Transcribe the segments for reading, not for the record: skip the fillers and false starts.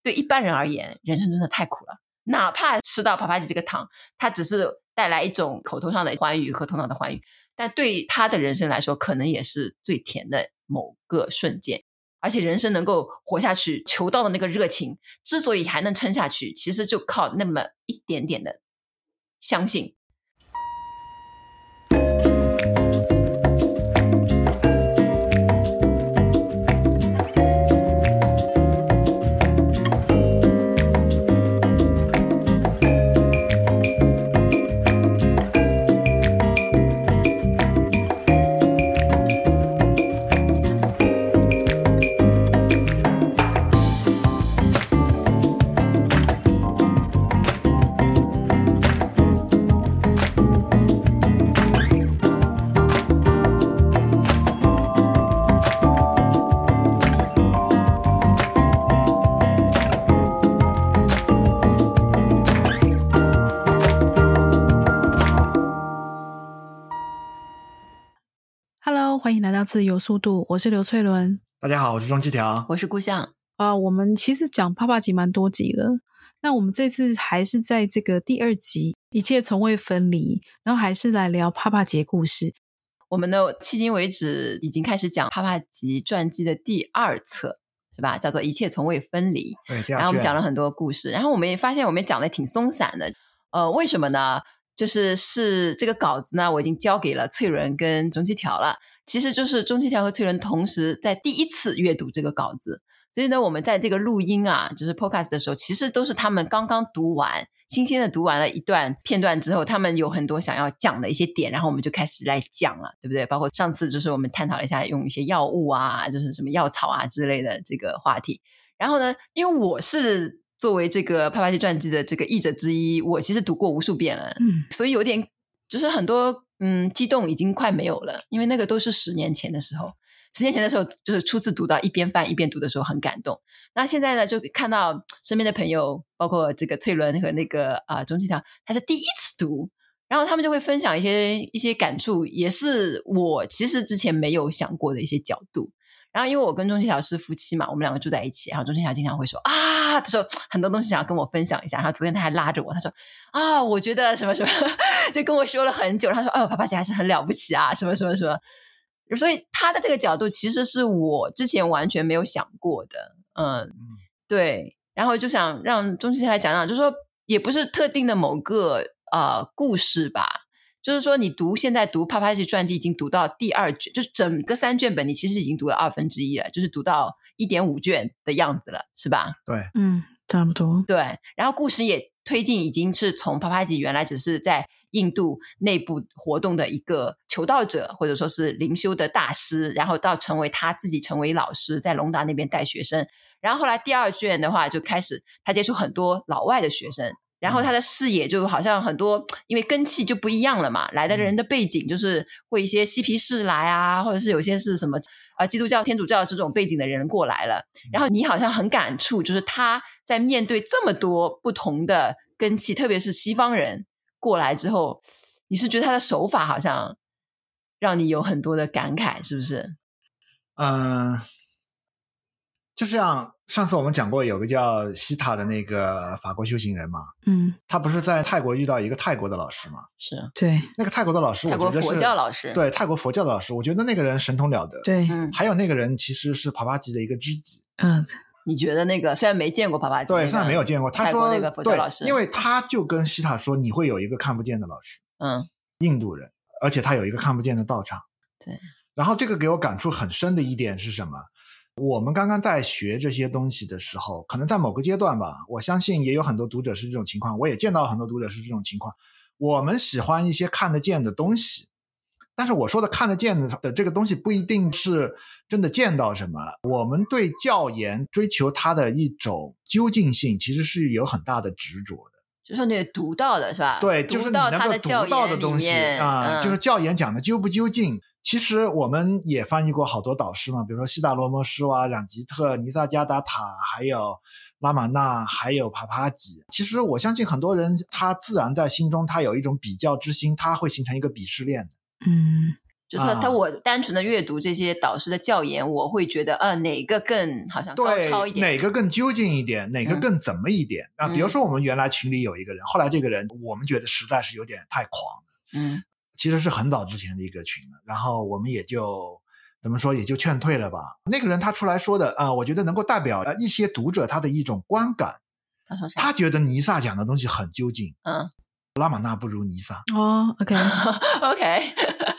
对一般人而言，人生真的太苦了。哪怕吃到啪啪鸡这个糖，它只是带来一种口头上的欢愉和头脑的欢愉，但对他的人生来说，可能也是最甜的某个瞬间。而且人生能够活下去，求到的那个热情，之所以还能撑下去，其实就靠那么一点点的相信。 欢迎来到自由速度，我是刘翠伦。 大家好，我是钟七条， 我是顾象。 我们其实讲啪啪集蛮多集了，那我们这次还是在这个第2集一切从未分离，然后还是来聊啪啪集故事。 我们的迄今为止已经开始讲啪啪集传记的第2册，是吧？叫做一切从未分离。 对， 然后我们讲了很多故事，然后我们也发现我们讲的挺松散的。为什么呢？就是这个稿子呢，我已经交给了翠伦跟钟七条了。其实就是钟七条和翠伦同时在第一次阅读这个稿子，所以呢我们在这个录音啊，就是 podcast 的时候，其实都是他们刚刚读完，新鲜的读完了一段片段之后，他们有很多想要讲的一些点，然后我们就开始来讲了，对不对？包括上次就是我们探讨了一下用一些药物啊，就是什么药草啊之类的这个话题。然后呢，因为我是作为这个啪啪集传记的这个译者之一，我其实读过无数遍了，所以有点就是很多激动已经快没有了，因为那个都是10年前的时候，10年前的时候就是初次读到一边翻一边读的时候很感动。那现在呢，就看到身边的朋友，包括这个翠伦和那个钟七条，他是第一次读，然后他们就会分享一些感触，也是我其实之前没有想过的一些角度。然后因为我跟钟七条是夫妻嘛，我们2个住在一起，然后钟七条经常会说他说很多东西想要跟我分享一下，然后昨天他还拉着我，他说我觉得什么什么就跟我说了很久，他说啪啪姐还是很了不起啊，什么什么什么。所以他的这个角度其实是我之前完全没有想过的。对，然后就想让钟七条来讲讲，就是说也不是特定的某个故事吧，就是说你现在读啪啪集传记已经读到第2卷，就是整个3卷本你其实已经读了1/2了，就是读到1.5卷的样子了，是吧？ 对， 差不多。 对，然后故事也推进，已经是从啪啪集原来只是在印度内部活动的一个求道者，或者说是灵修的大师，然后到他自己成为老师，在龙达那边带学生，然后后来第2卷的话就开始他接触很多老外的学生，然后他的视野就好像很多，因为根器就不一样了嘛，来的人的背景就是会一些嬉皮士来啊，或者是有些是什么基督教天主教这种背景的人过来了，然后你好像很感触，就是他在面对这么多不同的根器，特别是西方人过来之后，你是觉得他的手法好像让你有很多的感慨，是不是？ 就像上次我们讲过有个叫西塔的那个法国修行人嘛，他不是在泰国遇到一个泰国的老师嘛？ 是， 对， 那个泰国的老师我觉得是泰国佛教老师， 对，泰国佛教的老师，我觉得那个人神通了得。 对， 还有那个人其实是啪啪集的一个知己。 你觉得那个虽然没见过啪啪集， 对，虽然没有见过，他说那个佛教老师， 对，因为他就跟西塔说你会有一个看不见的老师，印度人，而且他有一个看不见的道场。 对， 然后这个给我感触很深的一点是什么？我们刚刚在学这些东西的时候，可能在某个阶段吧，我相信也有很多读者是这种情况，我也见到很多读者是这种情况。我们喜欢一些看得见的东西，但是我说的看得见的这个东西不一定是真的见到什么，我们对教研追求它的一种究竟性其实是有很大的执着的， 就是你读到的是吧？ 对，就是你能够读到的东西就是教研讲的究不究竟。其实我们也翻译过好多导师嘛，比如说悉达罗摩师啊、染吉特、尼萨加达塔，还有拉玛那，还有帕帕吉。其实我相信很多人他自然在心中他有一种比较之心，他会形成一个鄙视链的。 就是说我单纯的阅读这些导师的教研，我会觉得哪个更好像高超一点， 哪个更究竟一点，哪个更怎么一点比如说我们原来群里有一个人，后来这个人我们觉得实在是有点太狂了，其实是很早之前的一个群了，然后我们也就怎么说也就劝退了吧。那个人他出来说的我觉得能够代表一些读者他的一种观感。他觉得尼撒讲的东西很究竟，拉玛那不如尼撒。 OK OK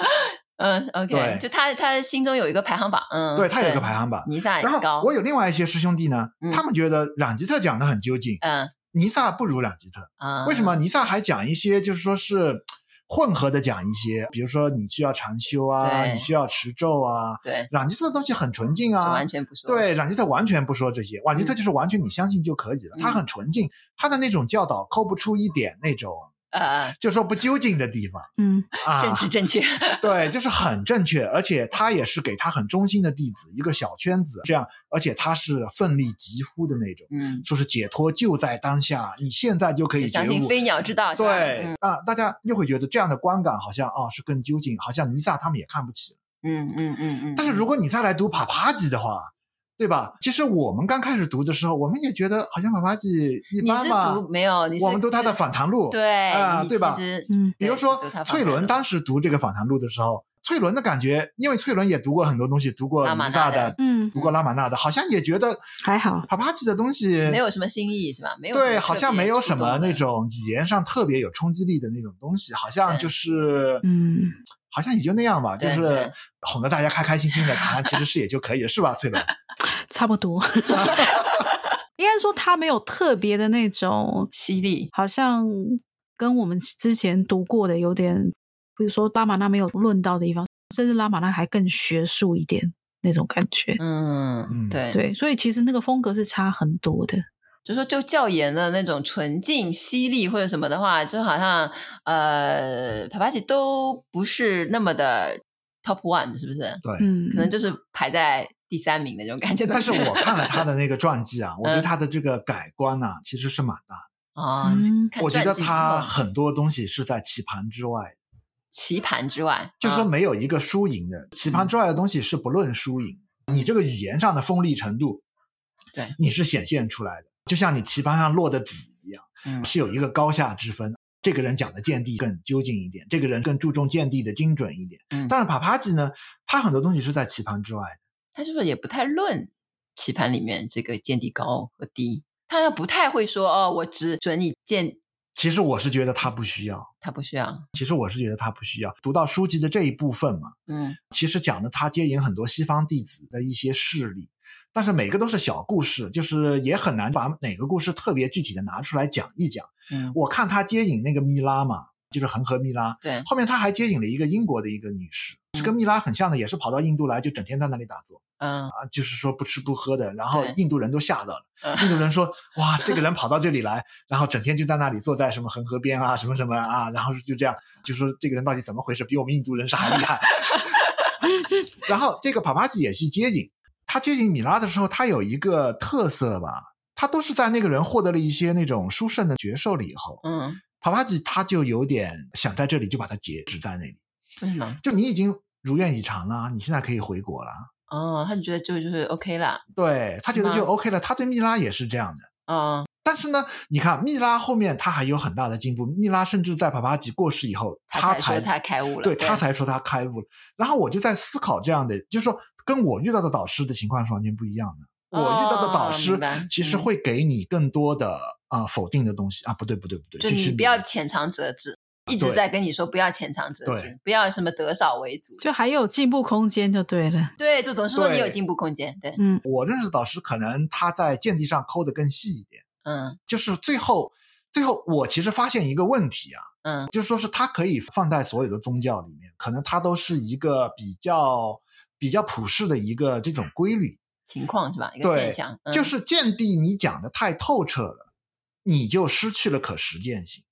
OK， 对， 就他心中有一个排行榜， 对，他有一个排行榜， 尼撒也高。 然后我有另外一些师兄弟呢，他们觉得朗吉特讲的很究竟，尼撒不如朗吉特。为什么？尼撒还讲一些就是说是混合的讲一些，比如说你需要禅修啊，你需要持咒啊。 对， 朗吉特的东西很纯净啊， 完全不说。 对，朗吉特完全不说这些，朗吉特就是完全你相信就可以了，他很纯净，他的那种教导抠不出一点那种就是说不究竟的地方。 政治正确。 对，就是很正确，而且他也是给他很忠心的弟子一个小圈子，这样，而且他是奋力疾呼的那种，说是解脱就在当下，你现在就可以觉悟， 相信飞鸟之道。 对，大家又会觉得这样的观感好像是更究竟，好像尼撒他们也看不起。但是如果你再来读帕帕吉的话，对吧？其实我们刚开始读的时候，我们也觉得好像帕帕吉一般嘛。 你是读没有？ 我们读他的访谈录， 对对吧？比如说翠伦当时读这个访谈录的时候，翠伦的感觉，因为翠伦也读过很多东西，读过尼撒的，读过拉玛那的，好像也觉得还好。 帕帕吉的东西没有什么新意，是吧？没有。 对，好像没有什么那种语言上特别有冲击力的那种东西，好像就是好像也就那样吧，就是哄得大家开开心心的谈其实是也就可以了，是吧，翠伦？ 差不多。应该说他没有特别的那种犀利， 好像跟我们之前读过的有点，比如说拉玛那没有论到的地方，甚至拉玛那还更学术一点那种感觉。 对， 所以其实那个风格是差很多的。 就说就教研的那种纯净犀利或者什么的话，就好像帕帕吉都不是那么的 top one， 是不是？ 对， 可能就是排在第3名的那种感觉。 但是我看了他的那个传记我对他的这个改观其实是蛮大的。我觉得他很多东西是在棋盘之外。 棋盘之外， 就是说没有一个输赢的，棋盘之外的东西是不论输赢，你这个语言上的锋利程度， 对， 你是显现出来的。就像你棋盘上落的子一样，是有一个高下之分。这个人讲的见地更究竟一点，这个人更注重见地的精准一点。当然帕帕吉呢，他很多东西是在棋盘之外的。 他是不是也不太论棋盘里面这个见地高和低？他要不太会说我只准你见。 其实我是觉得他不需要。 其实我是觉得他不需要。读到书籍的这一部分嘛，其实讲的他接引很多西方弟子的一些事例。但是每个都是小故事，就是也很难把哪个故事特别具体的拿出来讲一讲。我看他接引那个蜜拉嘛，就是恒河蜜拉， 对， 后面他还接引了一个英国的一个女士，是跟蜜拉很像的，也是跑到印度来，就整天在那里打坐，就是说不吃不喝的，然后印度人都吓到了，印度人说哇，这个人跑到这里来，然后整天就在那里坐在什么恒河边什么什么然后就这样，就说这个人到底怎么回事，比我们印度人是还厉害。然后这个帕帕吉也去接引。他接近米拉的时候，他有一个特色吧，他都是在那个人获得了一些那种殊胜的觉受了以后，帕帕吉他就有点想在这里就把它截止在那里。 为什么？ 就你已经如愿以偿了，你现在可以回国了。 他就觉得就是 OK 了。 对，他觉得就 OK 了。他对蜜拉也是这样的。但是呢，你看蜜拉后面他还有很大的进步。蜜拉甚至在帕帕吉过世以后， 他才说他开悟了。 对，他才说他开悟了。然后我就在思考这样的，就是说跟我遇到的导师的情况是完全不一样的。我遇到的导师其实会给你更多的否定的东西不对， 就你不要浅尝辄止，一直在跟你说不要浅尝辄止，不要什么得少为主， 就还有进步空间就对了。 对，就总是说你有进步空间。对， 我认识的导师可能他在见地上抠得更细一点。就是最后我其实发现一个问题就是说是它可以放在所有的宗教里面，可能它都是一个比较普世的一个这种规律情况，是吧？一个现象。 就是见地你讲的太透彻了，你就失去了可实践性。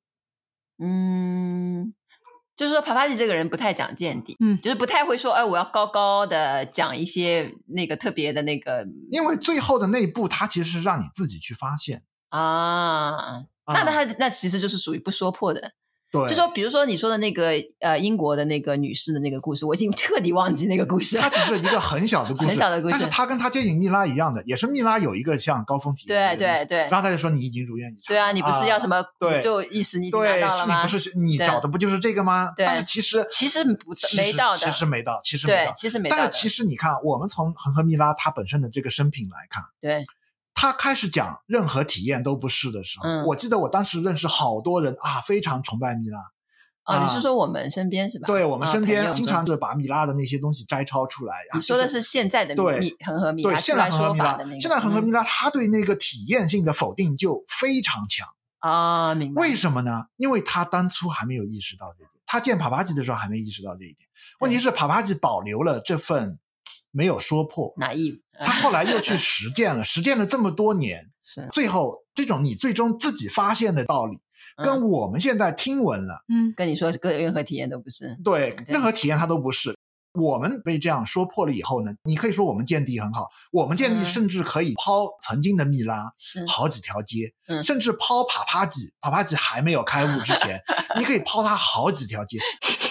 就是说帕帕吉这个人不太讲见地，就是不太会说我要高高的讲一些那个特别的那个， 因为最后的那一步他其实是让你自己去发现那其实就是属于不说破的。 对， 就说比如说你说的那个英国的那个女士的那个故事，我已经彻底忘记那个故事了。 它只是一个很小的故事， 很小的故事， 但是他跟他接引蜜拉一样的，也是蜜拉有一个像高峰体验对， 然后他就说你已经如愿以偿。 对啊，你不是要什么宇宙意识你已经拿到了吗？ 对，是你不是你找的不就是这个吗？ 对， 但是其实没到的， 其实没到。 对，其实没到的。 但是其实你看，我们从恒河蜜拉他本身的这个生平来看， 对， 他开始讲任何体验都不是的时候，我记得我当时认识好多人啊，非常崇拜蜜拉。 你是说我们身边是吧？ 对，我们身边经常是把蜜拉的那些东西摘抄出来。 你说的是现在的恒河蜜拉， 对，现在恒河蜜拉，现在恒河蜜拉， 他对那个体验性的否定就非常强啊，明白？ 为什么呢？因为他当初还没有意识到这一点，他见帕帕吉的时候还没意识到这一点。问题是帕帕吉保留了这份没有说破，他后来又去实践了，实践了这么多年， 是最后这种你最终自己发现的道理。跟我们现在听闻了， 跟你说任何体验都不是， 对，任何体验它都不是。我们被这样说破了以后呢，你可以说我们见地很好，我们见地甚至可以抛曾经的蜜拉好几条街，甚至抛帕帕吉还没有开悟之前，你可以抛他好几条街。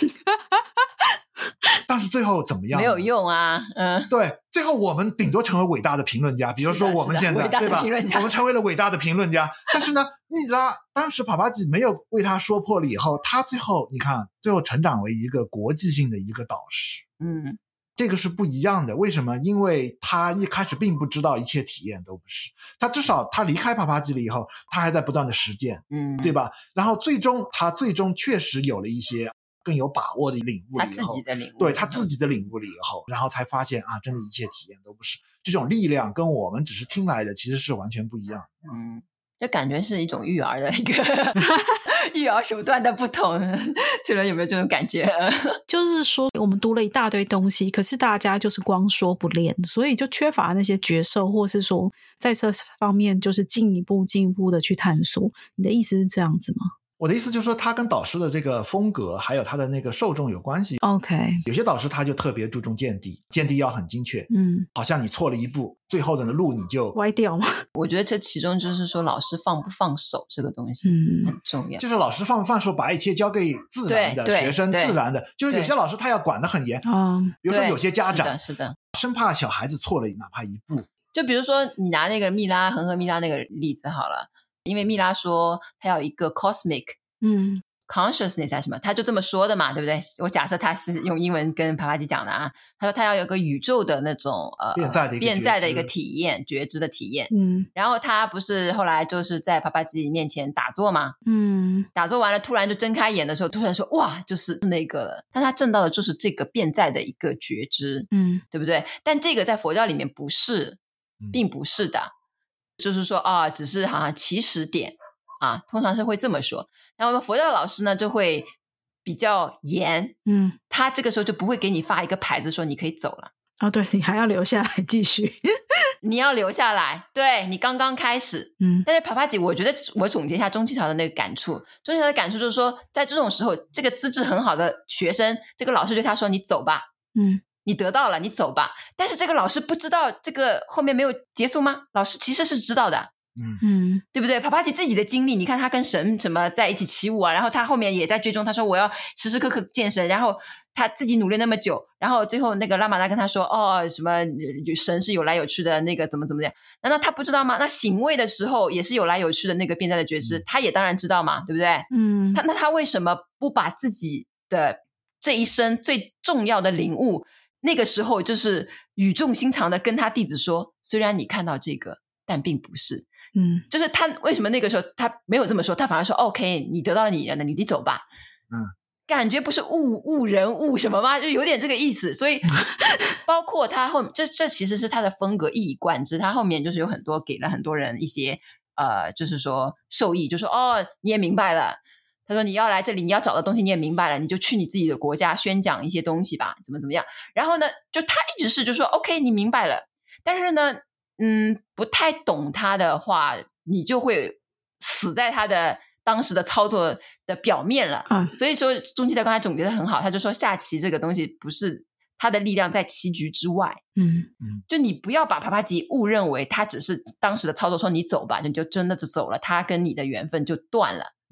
但是最后怎么样？ 没有用啊， 对，最后我们顶多成为伟大的评论家，比如说我们现在对吧？我们成为了伟大的评论家。但是呢，蜜拉当时帕帕吉没有为他说破了以后，他最后你看，最后成长为一个国际性的一个导师。这个是不一样的。为什么？因为他一开始并不知道一切体验都不是，他至少他离开帕帕吉了以后，他还在不断的实践，对吧？然后他最终确实有了一些更有把握的领悟了以后， 他自己的领悟， 对他自己的领悟了以后，然后才发现啊，真的一切体验都不是。这种力量跟我们只是听来的其实是完全不一样的。 就感觉是一种育儿的一个育儿手段的不同。翠伦有没有这种感觉？ 就是说我们读了一大堆东西，可是大家就是光说不练，所以就缺乏那些觉受，或是说在这方面就是进一步的去探索。你的意思是这样子吗？ 我的意思就是说，他跟导师的这个风格还有他的那个受众有关系。 OK， 有些导师他就特别注重见地要很精确，好像你错了一步，最后的路你就歪掉吗？ 我觉得这其中就是说老师放不放手这个东西很重要， 就是老师放不放手，把一切交给自然的学生，自然的，就是有些老师他要管得很严，比如说有些家长是的生怕小孩子错了哪怕一步。 就比如说你拿那个恒河蜜拉那个例子好了，因为蜜拉说他要一个 cosmic consciousness 还是什么，他就这么说的嘛，对不对？我假设他是用英文跟帕帕吉讲的啊，他说他要有个宇宙的那种变在的一个体验，觉知的体验。然后他不是后来就是在帕帕吉面前打坐嘛，打坐完了突然就睁开眼的时候，突然说哇，就是那个了。但他证到的就是这个变在的一个觉知，对不对？但这个在佛教里面不是，并不是的，就是说只是好像起始点。通常是会这么说。然后佛教的老师呢就会比较严，他这个时候就不会给你发一个牌子说你可以走了。 对，你还要留下来继续。 你要留下来，对，你刚刚开始。但是帕帕吉，我觉得我总结一下中期朝的那个感触，中期朝的感触就是说，在这种时候，这个资质很好的学生，这个老师对他说你走吧，你得到了，你走吧。但是这个老师不知道这个后面没有结束吗？老师其实是知道的。对不对？帕帕吉自己的经历，你看他跟神什么在一起起舞啊，然后他后面也在追踪，他说我要时时刻刻见神，然后他自己努力那么久，然后最后那个拉玛达跟他说什么神是有来有去的，那个怎么样？难道他不知道吗？那醒位的时候也是有来有去的那个变在的觉知，他也当然知道嘛，对不对？那他为什么不把自己的这一生最重要的领悟，那个时候就是语重心长的跟他弟子说，虽然你看到这个，但并不是。就是他为什么那个时候他没有这么说，他反而说 OK 你得到了你的，你走吧。感觉不是误人误什么吗？就有点这个意思。所以包括他后这其实是他的风格一以贯之，他后面就是有很多给了很多人一些就是说受益，就说你也明白了，他说你要来这里你要找的东西你也明白了，你就去你自己的国家宣讲一些东西吧，怎么样。然后呢就他一直是就说 OK 你明白了，但是呢不太懂他的话，你就会死在他的当时的操作的表面了。所以说中期的刚才总结的很好，他就说下棋这个东西不是他的力量在棋局之外。就你不要把帕帕吉误认为他只是当时的操作说你走吧，你就真的就走了，他跟你的缘分就断了。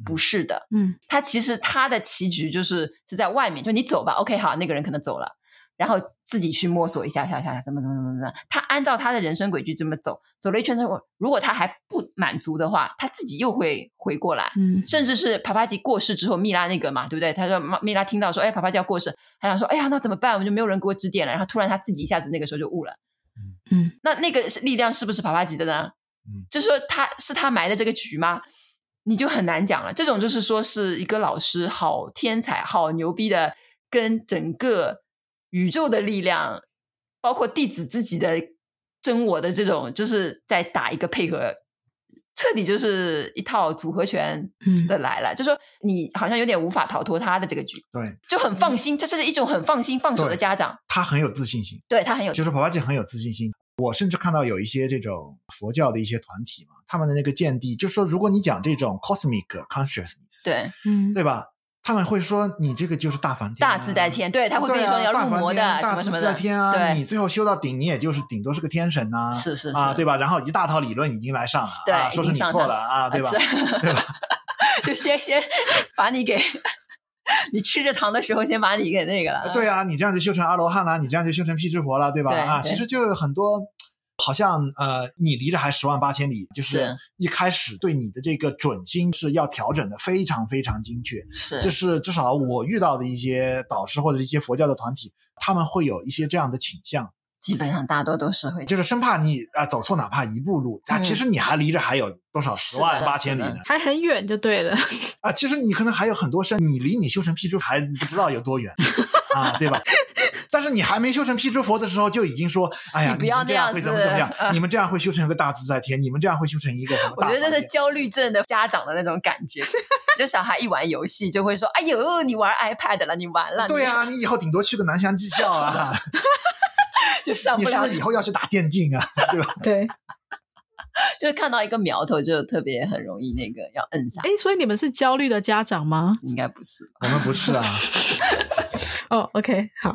不是的， 他其实他的棋局是在外面，就你走吧 ，OK 好，那个人可能走了，然后自己去摸索一下怎么，他按照他的人生轨迹这么走了一圈之后，如果他还不满足的话，他自己又会回过来，甚至是帕帕吉过世之后，蜜拉那个嘛，对不对？他说蜜拉听到说，哎，帕帕吉要过世，他想说，哎呀，那怎么办？我们就没有人给我指点了，然后突然他自己一下子那个时候就悟了，那个力量是不是帕帕吉的呢？就是说他埋的这个局吗？你就很难讲了。这种就是说是一个老师好天才好牛逼的，跟整个宇宙的力量包括弟子自己的真我的这种，就是在打一个配合，彻底就是一套组合拳的来了，就说你好像有点无法逃脱他的这个局， 对， 就很放心，这是一种很放心放手的家长， 他很有自信心， 对，他很有， 就是帕帕吉很有自信心。我甚至看到有一些这种佛教的一些团体嘛，他们的那个见地，就是说如果你讲这种 cosmic consciousness， 对， 对吧？他们会说你这个就是大梵天、 大自在天，对，他会跟你说你要入魔的， 大自在天啊，你最后修到顶，你也就是顶多是个天神啊， 是啊，对吧？然后一大套理论已经来上了， 对， 啊，说是你错了啊，对吧？对吧？ 就先把你给你吃着糖的时候，先把你给那个了。 对啊，你这样就修成阿罗汉了，你这样就修成辟支佛了，对吧？ 对啊，其实就是很多。好像你离着还10万8千里，就是一开始对你的这个准心是要调整的非常非常精确，这是至少我遇到的一些导师或者一些佛教的团体，他们会有一些这样的倾向， 基本上大多都是会， 就是生怕你走错哪怕一步路，其实你还离着还有多少10万8千里呢， 还很远就对了其实你可能还有很多生，你离你修成辟支还不知道有多远啊，对吧？但是你还没修成辟支佛的时候就已经说，哎呀， 你不要这样会怎么样？你们这样会修成一个大自在天，你们这样会修成一个什么大？ 我觉得这是焦虑症的家长的那种感觉，就小孩一玩游戏就会说，哎呦，你玩 iPad 了，你完了。 对啊，你以后顶多去个南翔技校啊， 就上不了。 你是不是以后要去打电竞啊？对吧？ 对。 就是看到一个苗头就特别很容易那个要摁上。 所以你们是焦虑的家长吗？ 应该不是， 我们不是啊。 哦 OK 好。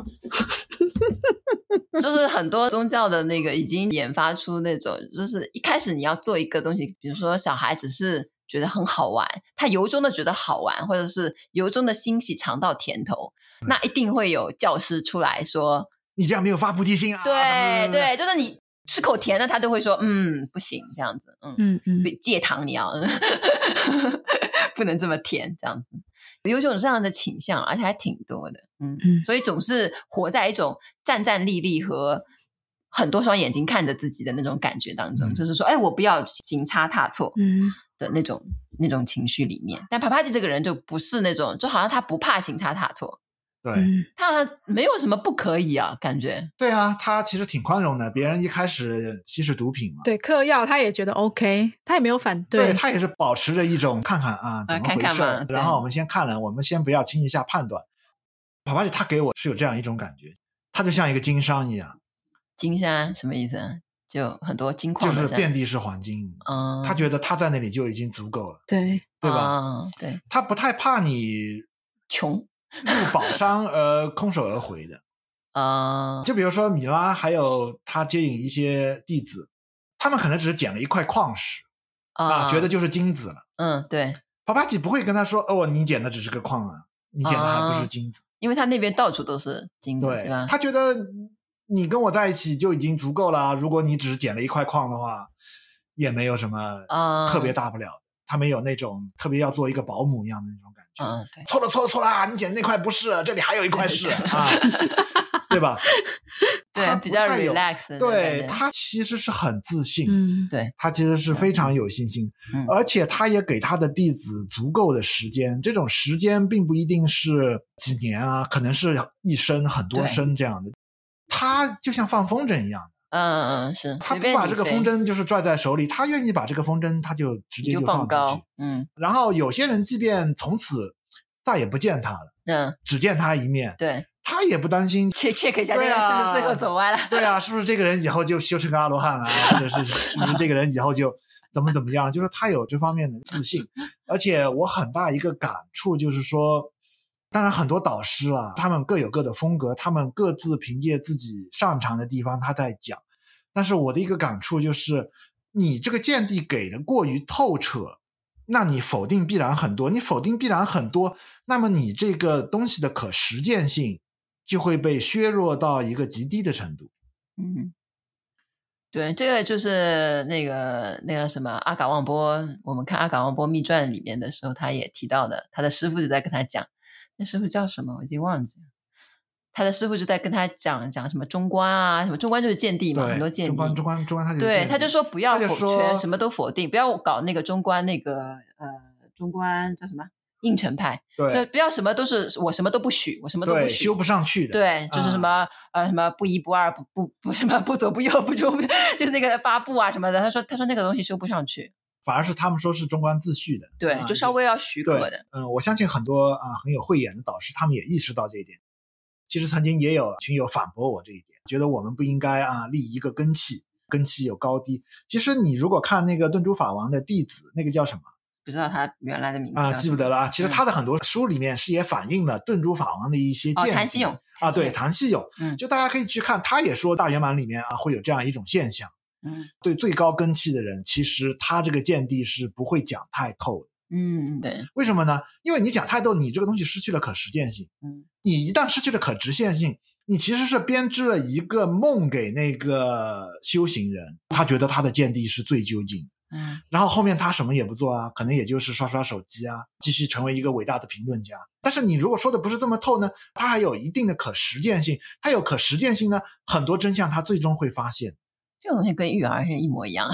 就是很多宗教的那个已经研发出那种，就是一开始你要做一个东西，比如说小孩只是觉得很好玩，他由衷的觉得好玩，或者是由衷的欣喜尝到甜头，那一定会有教师出来说你这样没有发菩提心啊。 对对，就是你吃口甜的他都会说不行这样子，戒糖你要不能这么甜这样子，有一种这样的倾向，而且还挺多的，所以总是活在一种战战栗栗和很多双眼睛看着自己的那种感觉当中，就是说，哎，我不要行差踏错的那种情绪里面。但帕帕吉这个人就不是那种，就好像他不怕行差踏错。 对， 他好像没有什么不可以啊，感觉。 对啊，他其实挺宽容的。别人一开始吸食毒品嘛， 对，嗑药他也觉得 OK， 他也没有反对。 对，他也是保持着一种看看啊怎么回事， 看看然后我们先看了，我们先不要轻易下判断。帕帕吉他给我是有这样一种感觉，他就像一个经商一样。 金山什么意思？就很多金矿， 就是遍地是黄金。他觉得他在那里就已经足够了， 对吧？ 对， 他不太怕你穷入宝山而空手而回的。就比如说米拉还有他接引一些弟子，他们可能只是捡了一块矿石觉得就是金子了。 对， 帕帕吉不会跟他说你捡的只是个矿啊，你捡的还不是金子， 因为他那边到处都是金子， 对吧？ 他觉得你跟我在一起就已经足够了，如果你只是捡了一块矿的话，也没有什么特别大不了的。他没有那种特别要做一个保姆一样的那种感觉。 对， 错了，你捡的那块不是，这里还有一块是对吧？ 对，比较 relax。 对，他其实是很自信， 对， 他其实是非常有信心，而且他也给他的弟子足够的时间，这种时间并不一定是几年啊，可能是一生很多生这样的。他就像放风筝一样的，是他不把这个风筝就是拽在手里，他愿意把这个风筝他就直接就放出去。然后有些人即便从此再也不见他了，只见他一面， 对， 他也不担心 check 一下这个人是不是最后走歪了。 对啊，是不是这个人以后就修成个阿罗汉了，或者是不是这个人以后就怎么样，就是他有这方面的自信。而且我很大一个感触就是说，当然很多导师他们各有各的风格，他们各自凭借自己擅长的地方他在讲，但是我的一个感触就是你这个见地给的过于透彻， 那你否定必然很多，你否定必然很多，那么你这个东西的可实践性就会被削弱到一个极低的程度。 对，这个就是那个什么阿嘎旺波，我们看阿嘎旺波密传里面的时候，他也提到的，他的师傅就在跟他讲，那师傅叫什么我已经忘记了，他的师傅就在跟他讲什么中观啊，什么中观就是见地嘛，很多见地， 中观他就是对，他就说不要否决， 什么都否定，不要搞那个中观那个中观叫什么应成派， 对， 不要什么都是我什么都不许，我什么都不许， 修不上去的， 对，就是什么什么不一不二不什么不左不右不中，就是那个八步啊什么的，他说那个东西修不上去， 反而是他们说是中观自序的， 对，就稍微要许可的。 我相信很多很有慧眼的导师，他们也意识到这一点。其实曾经也有群友反驳我这一点，觉得我们不应该立一个根器有高低。其实你如果看那个顿珠法王的弟子，那个叫什么？ 不知道他原来的名字记不得了其实他的很多书里面是也反映了顿珠法王的一些见解。 谭希勇对，谭希勇，就大家可以去看，他也说大圆满里面会有这样一种现象。对最高根器的人，其实他这个见地是不会讲太透的。 对， 为什么呢？因为你讲太多，你这个东西失去了可实践性。你一旦失去了可执行性，你其实是编织了一个梦给那个修行人，他觉得他的见地是最究竟的。然后后面他什么也不做可能也就是刷刷手机继续成为一个伟大的评论家。但是你如果说的不是这么透呢，他还有一定的可实践性，他有可实践性呢，很多真相他最终会发现。 这个东西跟育儿是一模一样。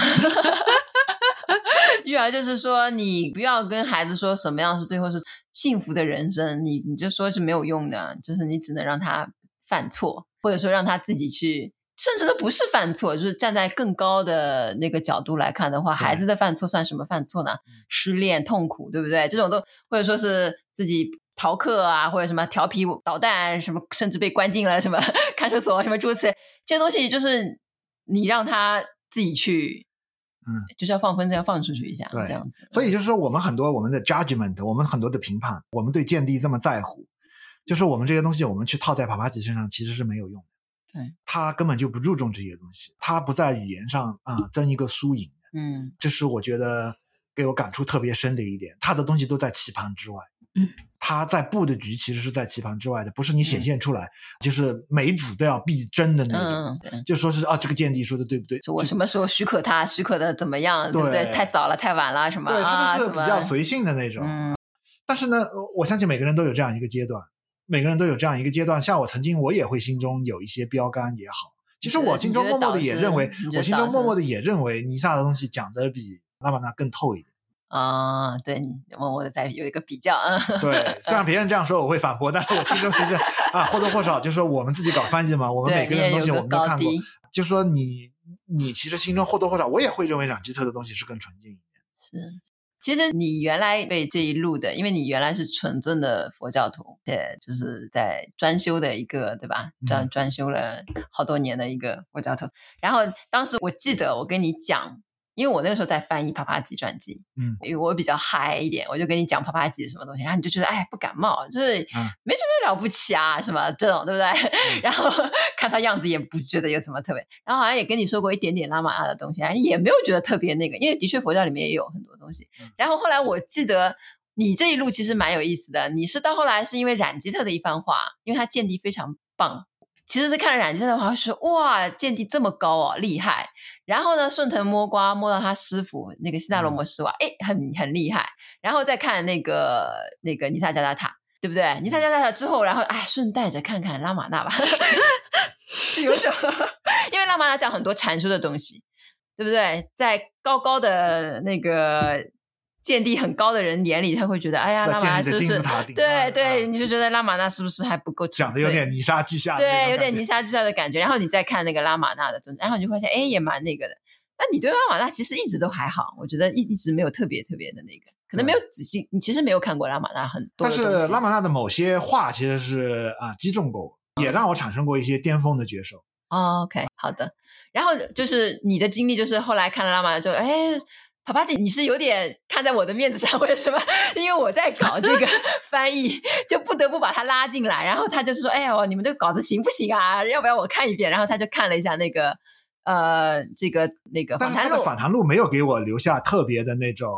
育儿就是说你不要跟孩子说什么样是最后是幸福的人生，你就说是没有用的，就是你只能让他犯错，或者说让他自己去，甚至都不是犯错，就是站在更高的那个角度来看的话，孩子的犯错算什么犯错呢？失恋痛苦，对不对？这种都或者说是自己逃课或者什么调皮捣蛋什么，甚至被关进了什么看守所什么诸如此类，这些东西就是你让他自己去就是要放风筝要放出去一下，这样子。 所以就是说我们的 judgment， 我们很多的评判，我们对见地这么在乎，就是我们这些东西我们去套在帕帕吉身上其实是没有用的。 对， 他根本就不注重这些东西，他不在语言上争一个输赢的。这是我觉得给我感触特别深的一点，他的东西都在棋盘之外。他在布的局其实是在棋盘之外的，不是你显现出来就是每子都要必争的那种。就说是这个见地说的对不对， 就我什么时候许可他许可的怎么样，对不对？太早了太晚了什么， 对，他都是比较随性的那种。但是呢我相信每个人都有这样一个阶段，像我曾经我也会心中有一些标杆也好，其实我心中默默的也认为尼萨的东西讲的比拉玛那更透一点。 对，你默默的在有一个比较。 对，虽然别人这样说我会反驳，但是我心中其实或多或少就是说我们自己搞翻译嘛，我们每个人的东西我们都看过，就是说你其实心中或多或少我也会认为染基特的东西是更纯净一点。 是，其实你原来被这一路的，因为你原来是纯正的佛教徒，对，就是在专修的一个，对吧？专修了好多年的一个佛教徒。然后当时我记得我跟你讲，因为我那个时候在翻译帕帕吉传记，因为我比较嗨一点，我就跟你讲帕帕吉什么东西，然后你就觉得不感冒，就是没什么了不起什么这种，对不对？然后看他样子也不觉得有什么特别，然后好像也跟你说过一点点拉玛那的东西，也没有觉得特别那个，因为的确佛教里面也有很多东西。然后后来我记得你这一路其实蛮有意思的，你是到后来是因为染基特的一番话，因为他见地非常棒，其实是看了染基特的话说哇见地这么高厉害，然后呢顺藤摸瓜摸到他师父那个悉达罗摩施瓦很厉害，然后再看那个尼萨加达塔，对不对？尼萨加达塔之后，然后顺带着看看拉玛那吧。有种因为拉玛那讲很多禅修的东西，对不对？在高高的那个见地很高的人眼里，他会觉得拉玛那是不是对，你就觉得拉玛那是不是还不够讲的有点泥沙俱下的， 对，有点泥沙俱下的感觉。然后你再看那个拉玛那的然后你就发现也蛮那个的。那你对拉玛那其实一直都还好，我觉得一直没有特别特别的那个，可能没有仔细，你其实没有看过拉玛那很多的东西。 但是拉玛那的某些话其实是击中过我，也让我产生过一些巅峰的觉受。 OK， 好的。然后就是你的经历，就是后来看了拉玛那就帕帕吉，你是有点看在我的面子上或者什么，因为我在搞这个翻译，就不得不把他拉进来。然后他就是说你们这个稿子行不行要不要我看一遍？然后他就看了一下那个这个那个访谈录， 但是他的访谈录没有给我留下特别的那种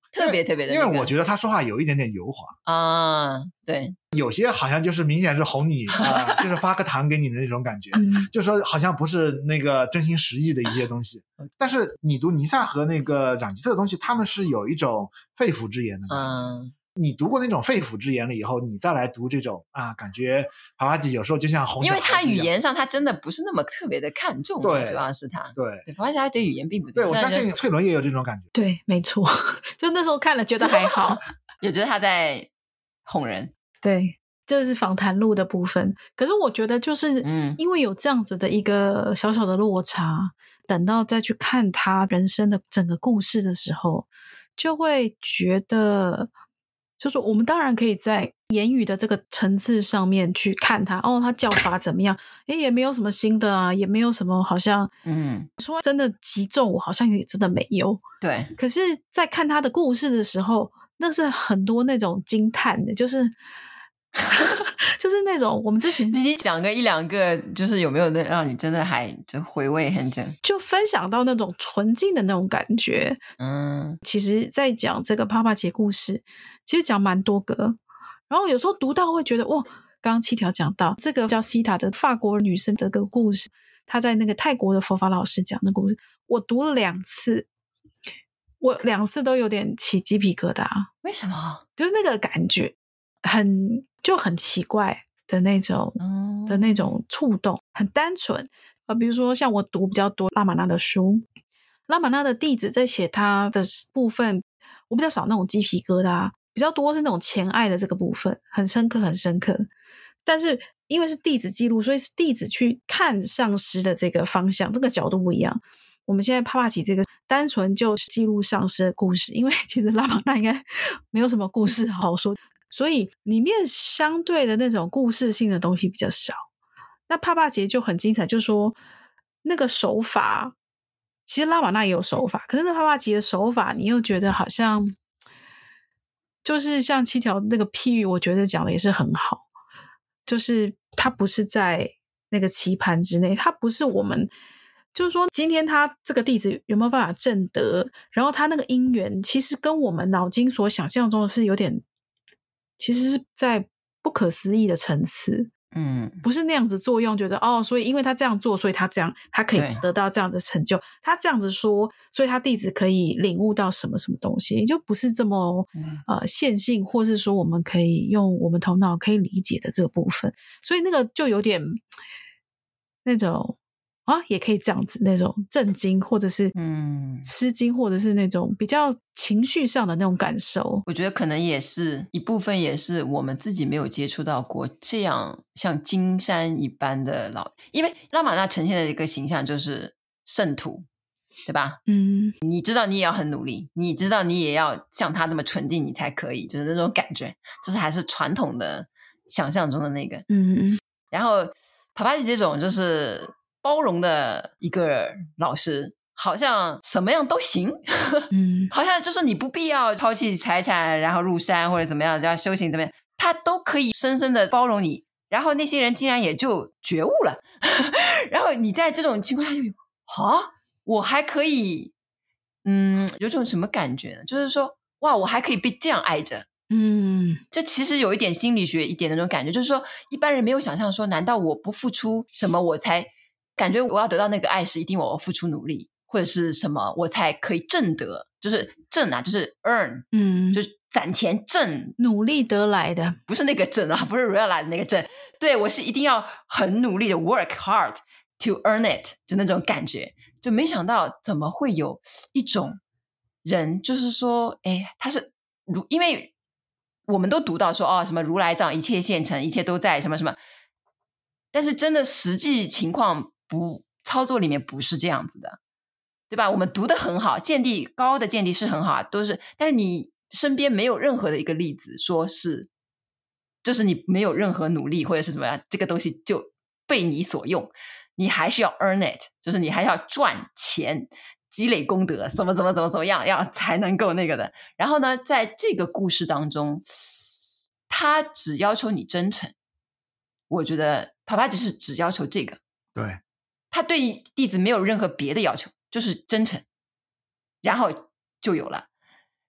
特别特别的、 因为我觉得他说话有一点点油滑啊，对， 有些好像就是明显是哄你就是发个糖给你的那种感觉，就说好像不是那个真心实意的一些东西。但是你读尼萨和那个嚷吉特的东西，他们是有一种肺腑之言的。你读过那种肺腑之言了以后，你再来读这种感觉帕帕吉有时候就像哄小孩子一样， 因为他语言上他真的不是那么特别的看重， 对， 主要是他对帕帕吉他对语言并不对，我相信翠伦也有这种感觉。 对，没错，就那时候看了觉得还好， 也觉得他在哄人。 对，这是访谈录的部分。可是我觉得就是因为有这样子的一个小小的落差，等到再去看他人生的整个故事的时候，就会觉得就是我们当然可以在言语的这个层次上面去看他他教法怎么样，也没有什么新的啊，也没有什么好像说真的击中我，好像也真的没有。 对， 可是在看他的故事的时候，那是很多那种惊叹的，就是就是那种我们之前你讲个一两个，就是有没有让你真的还就回味很久， 就分享到那种纯净的那种感觉。其实在讲这个帕帕姐故事，其实讲蛮多个，然后有时候读到会觉得哇，刚刚七条讲到这个叫西塔的法国女生这个故事，她在那个泰国的佛法老师讲的故事，我读了2次，我2次都有点起鸡皮疙瘩。 为什么？ 就是那个感觉很奇怪的那种的那种触动，很单纯。比如说像我读比较多拉玛那的书，拉玛那的弟子在写他的部分，我比较少那种鸡皮疙瘩，比较多是那种前爱的这个部分，很深刻很深刻。但是因为是弟子记录，所以是弟子去看上师的这个方向，这个角度不一样。我们现在帕帕吉这个单纯就记录上师的故事，因为其实拉玛那应该没有什么故事好说，所以里面相对的那种故事性的东西比较少。那帕帕吉就很精彩，就是说那个手法，其实拉玛那也有手法，可是那帕帕吉的手法你又觉得好像就是像7条那个譬喻，我觉得讲的也是很好，就是它不是在那个棋盘之内，它不是我们就是说今天他这个弟子有没有办法证得，然后他那个因缘其实跟我们脑筋所想象中的是有点，其实是在不可思议的层次。不是那样子作用，觉得所以因为他这样做，所以他这样他可以得到这样的成就，他这样子说，所以他弟子可以领悟到什么什么东西，就不是这么线性，或是说我们可以用我们头脑可以理解的这个部分，所以那个就有点那种也可以这样子，那种震惊或者是吃惊，或者是那种比较情绪上的那种感受。 我觉得可能也是一部分，也是我们自己没有接触到过这样像金山一般的因为拉玛那呈现的一个形象就是圣徒，对吧？你知道你也要很努力，你知道你也要像他那么纯净，你才可以，就是那种感觉，就是还是传统的想象中的那个。然后帕帕吉这种就是包容的一个老师，好像什么样都行，好像就是你不必要抛弃财产，然后入山或者怎么样，这样修行怎么样，他都可以深深的包容你。然后那些人竟然也就觉悟了，然后你在这种情况下就我还可以，有种什么感觉呢？就是说，哇，我还可以被这样爱着。这其实有一点心理学一点的那种感觉，就是说一般人没有想象说，难道我不付出什么我才感觉我要得到那个爱是一定我要付出努力或者是什么我才可以挣得，就是挣就是 earn， 就是攒钱挣， 努力得来的， 不是那个挣不是 realize 那个挣，对，我是一定要很努力的 work hard to earn it， 就那种感觉。就没想到怎么会有一种人，就是说他是因为我们都读到说什么如来藏一切现成，一切都在什么什么，但是真的实际情况操作里面不是这样子的，对吧？我们读得很好，见地高的见地是很好，都是，但是你身边没有任何的一个例子说是，就是你没有任何努力或者是什么样，这个东西就被你所用，你还是要 earn it， 就是你还是要赚钱积累功德，怎么样要才能够那个的。然后呢，在这个故事当中，他只要求你真诚，我觉得帕帕吉是只要求这个， 对， 他对弟子没有任何别的要求，就是真诚，然后就有了。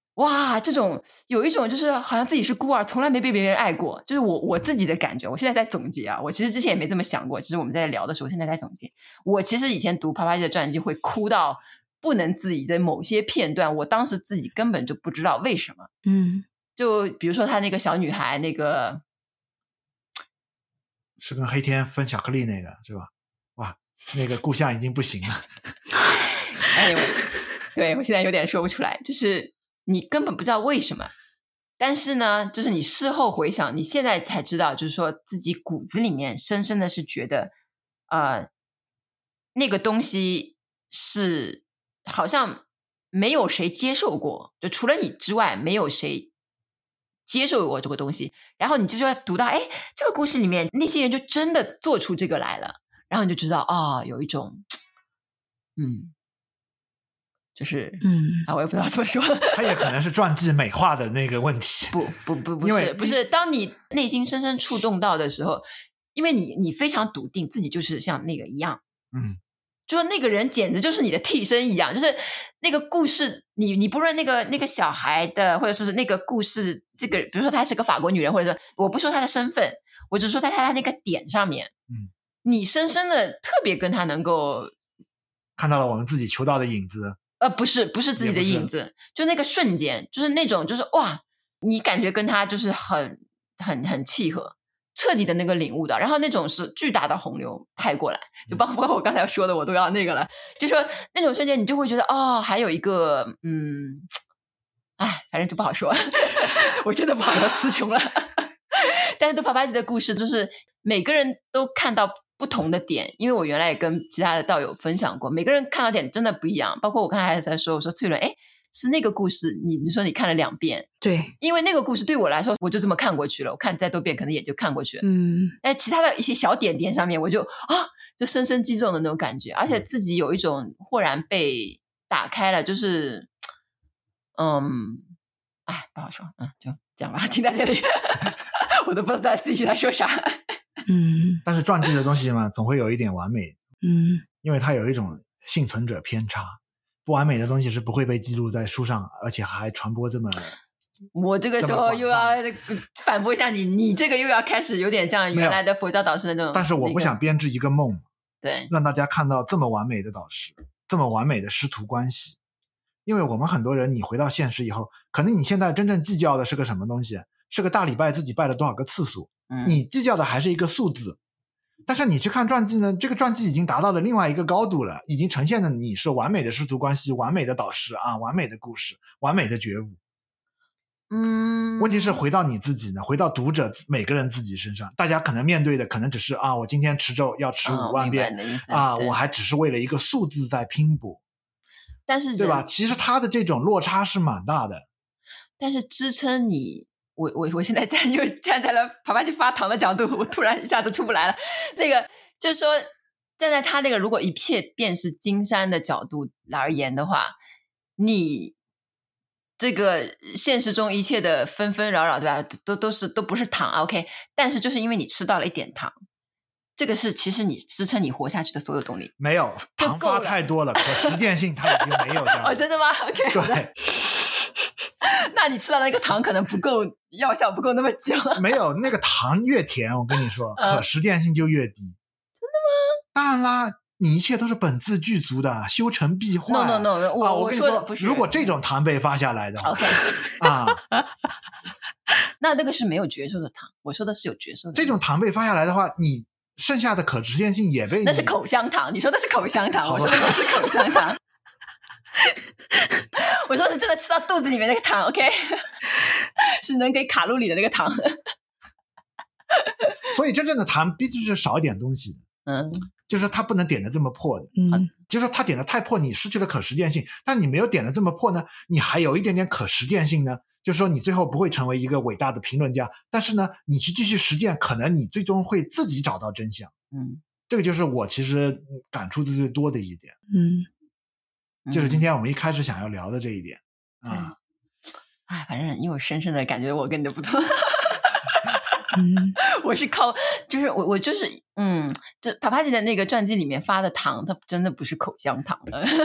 哇，这种有一种就是好像自己是孤儿，从来没被别人爱过，就是我自己的感觉。我现在在总结啊，我其实之前也没这么想过，只是我们在聊的时候，现在在总结。我其实以前读帕帕吉的传记会哭到不能自已的某些片段，我当时自己根本就不知道为什么。就比如说他那个小女孩，那个是跟黑天分巧克力那个是吧？哇，那个故乡已经不行了。 哎呦，对，我现在有点说不出来，就是你根本不知道为什么，但是呢，就是你事后回想，你现在才知道，就是说自己骨子里面深深的是觉得，那个东西是好像没有谁接受过，就除了你之外，没有谁接受过这个东西。然后你就要读到，哎，这个故事里面那些人就真的做出这个来了，然后你就知道，哦，有一种，就是我也不知道怎么说。 它也可能是传记美化的那个问题。 不是，当你内心深深触动到的时候，因为你非常笃定自己就是像那个一样，就说那个人简直就是你的替身一样，就是那个故事，你不论那个小孩的，或者是那个故事，这个比如说她是个法国女人，或者说我不说她的身份，我只说在她那个点上面，你深深的特别跟她能够看到了我们自己求到的影子。 不是自己的影子，就那个瞬间，就是那种就是哇，你感觉跟他就是很契合，彻底的那个领悟的，然后那种是巨大的洪流派过来，就包括我刚才说的，我都要那个了，就说那种瞬间，你就会觉得哦，还有一个反正就不好说，我真的不好说，词穷了。但是读帕帕吉的故事，就是每个人都看到不同的点，因为我原来也跟其他的道友分享过，每个人看到点真的不一样。包括我刚才还在说，我说翠伦，哎，是那个故事，你说你看了2遍， 对， 因为那个故事对我来说，我就这么看过去了，我看再多遍可能也就看过去了。但其他的一些小点点上面，我就深深击中的那种感觉，而且自己有一种豁然被打开了，就是不好说，就这样吧，听到这里，我都不知道自己在说啥。 但是传记的东西嘛，总会有一点完美，因为它有一种幸存者偏差，不完美的东西是不会被记录在书上，而且还传播这么。 我这个时候又要反驳一下你这个又要开始有点像原来的佛教导师的那种。 但是我不想编织一个梦， 对， 让大家看到这么完美的导师，这么完美的师徒关系。因为我们很多人，你回到现实以后，可能你现在真正计较的是个什么东西？是个大礼拜自己拜了多少个次数，你计较的还是一个数字。但是你去看传记呢，这个传记已经达到了另外一个高度了，已经呈现了你是完美的师徒关系，完美的导师啊，完美的故事，完美的觉悟。问题是回到你自己呢，回到读者每个人自己身上，大家可能面对的可能只是我今天持咒要持5万遍我还只是为了一个数字在拼搏， 但是对吧？其实他的这种落差是蛮大的。 但是支撑你，我现在又站在了帕帕吉发糖的角度，我突然一下子出不来了。那个就是说，站在他那个如果一切便是金山的角度而言的话，你这个现实中一切的纷纷扰扰，对吧？都不是糖 OK， 但是就是因为你吃到了一点糖，这个是其实你支撑你活下去的所有动力。 没有，糖发太多了，可实践性它已经没有这样。 真的吗 ？OK， 对。 那你吃到那个糖可能不够药效，不够那么久。 没有，那个糖越甜，我跟你说，可实践性就越低。 真的吗？ 当然啦，你一切都是本自具足的，修成必坏。 No， 我跟你说，如果这种糖被发下来的话 ，OK 那个是没有觉受的糖，我说的是有觉受的。 这种糖被发下来的话，你剩下的可实践性也被那是口香糖，你说的是口香糖，我说的不是口香糖。我说是真的吃到肚子里面那个糖 OK 是能给卡路里的那个糖。 所以真正的糖必须是少一点东西的，就是它不能点的这么破的，就是它点的太破，你失去了可实践性。但你没有点的这么破呢，你还有一点点可实践性呢，就是说你最后不会成为一个伟大的评论家，但是呢你去继续实践，可能你最终会自己找到真相。这个就是我其实感触最多的一点。就是今天我们一开始想要聊的这一点反正因为我深深的感觉我跟你的不同。我是靠就是我就是这帕帕吉的那个传记里面发的糖，它真的不是口香糖的，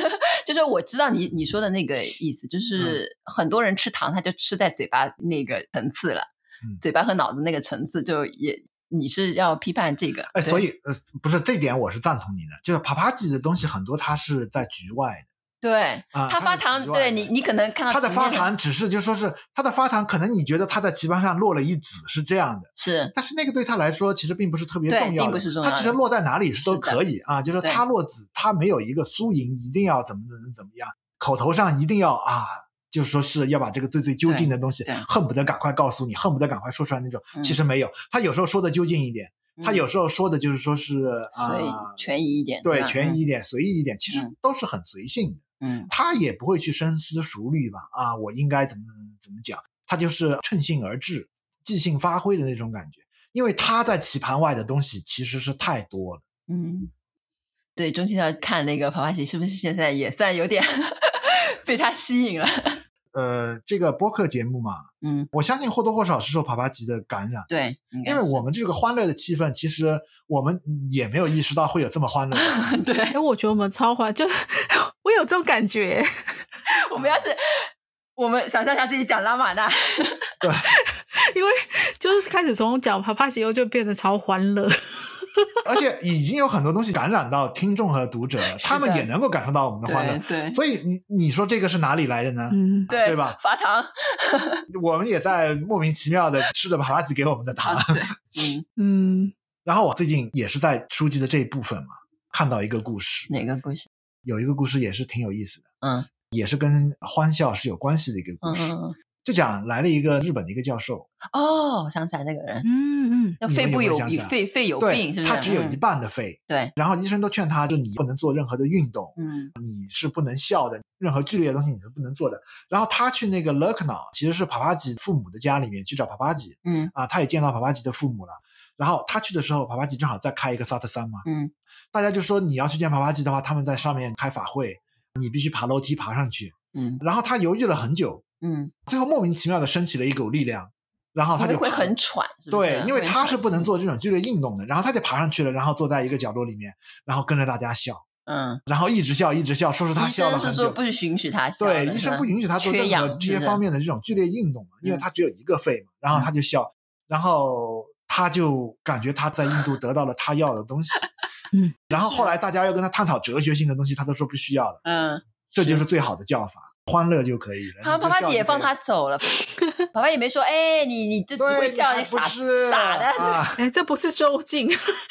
就是我知道你说的那个意思，就是很多人吃糖他就吃在嘴巴那个层次了，嘴巴和脑子那个层次就也你是要批判这个。 所以不是这点我是赞同你的，就是帕帕吉的东西很多它是在局外的。 对，他发糖，对你可能看到他的发糖只是就说是他的发糖，可能你觉得他在棋盘上落了一子是这样的， 是， 但是那个对他来说其实并不是特别重要的， 并不是重要的， 他其实落在哪里是都可以啊，就是他落子，他没有一个输赢一定要怎么样，口头上一定要就是说是要把这个最究竟的东西恨不得赶快告诉你，恨不得赶快说出来那种，其实没有，他有时候说的究竟一点。他有时候说的就是说是权宜一点， 对，权宜一点，随意一点，其实都是很随性的。他也不会去深思熟虑吧？我应该怎么讲？他就是趁兴而至，即兴发挥的那种感觉。因为他在棋盘外的东西其实是太多了。 对，钟庆要看那个帕帕吉是不是现在也算有点被他吸引了？ 这个播客节目嘛，我相信或多或少是受帕帕吉的感染。 对， 因为我们这个欢乐的气氛，其实我们也没有意识到会有这么欢乐的气氛。 对， 我觉得我们超欢，就是我有这种感觉。 我们要是我们想象一下自己讲拉玛那， 对， 因为就是开始从讲帕帕吉后就变得超欢乐。 而且已经有很多东西感染到听众和读者了，他们也能够感受到我们的欢乐。 对， 所以你说这个是哪里来的呢？对吧？ 发糖， 我们也在莫名其妙的吃着帕帕吉给我们的糖。然后我最近也是在书籍的这一部分嘛，看到一个故事。 哪个故事？ 有一个故事也是挺有意思的，也是跟欢笑是有关系的一个故事。就讲来了一个日本的一个教授。 我想起来那个人。要肺部肺有病，是不是？ 他只有一半的肺。 对。 然后医生都劝他，就你不能做任何的运动，你是不能笑的，任何剧烈的东西你是不能做的。然后他去那个勒克瑙，其实是帕帕吉父母的家里面去找帕帕吉。他也见到帕帕吉的父母了。然后他去的时候，帕帕吉正好在开一个萨特桑嘛。大家就说你要去见帕帕吉的话，他们在上面开法会，你必须爬楼梯爬上去。然后他犹豫了很久。最后莫名其妙的升起了一股力量，然后他就会很喘，是不是？ 对，因为他是不能做这种剧烈运动的，然后他就爬上去了，然后坐在一个角落里面，然后跟着大家笑，然后一直笑，说是他笑了很久。 医生是说不允许他笑， 对，医生不允许他做任何这些方面的这种剧烈运动嘛，因为他只有一个肺嘛，然后他就笑，然后他就感觉他在印度得到了他要的东西。然后后来大家要跟他探讨哲学性的东西，他都说不需要了。这就是最好的教法。欢乐就可以了。 帕帕吉也放他走了，爸爸也没说，你这只会笑，你傻的， 这不是究竟。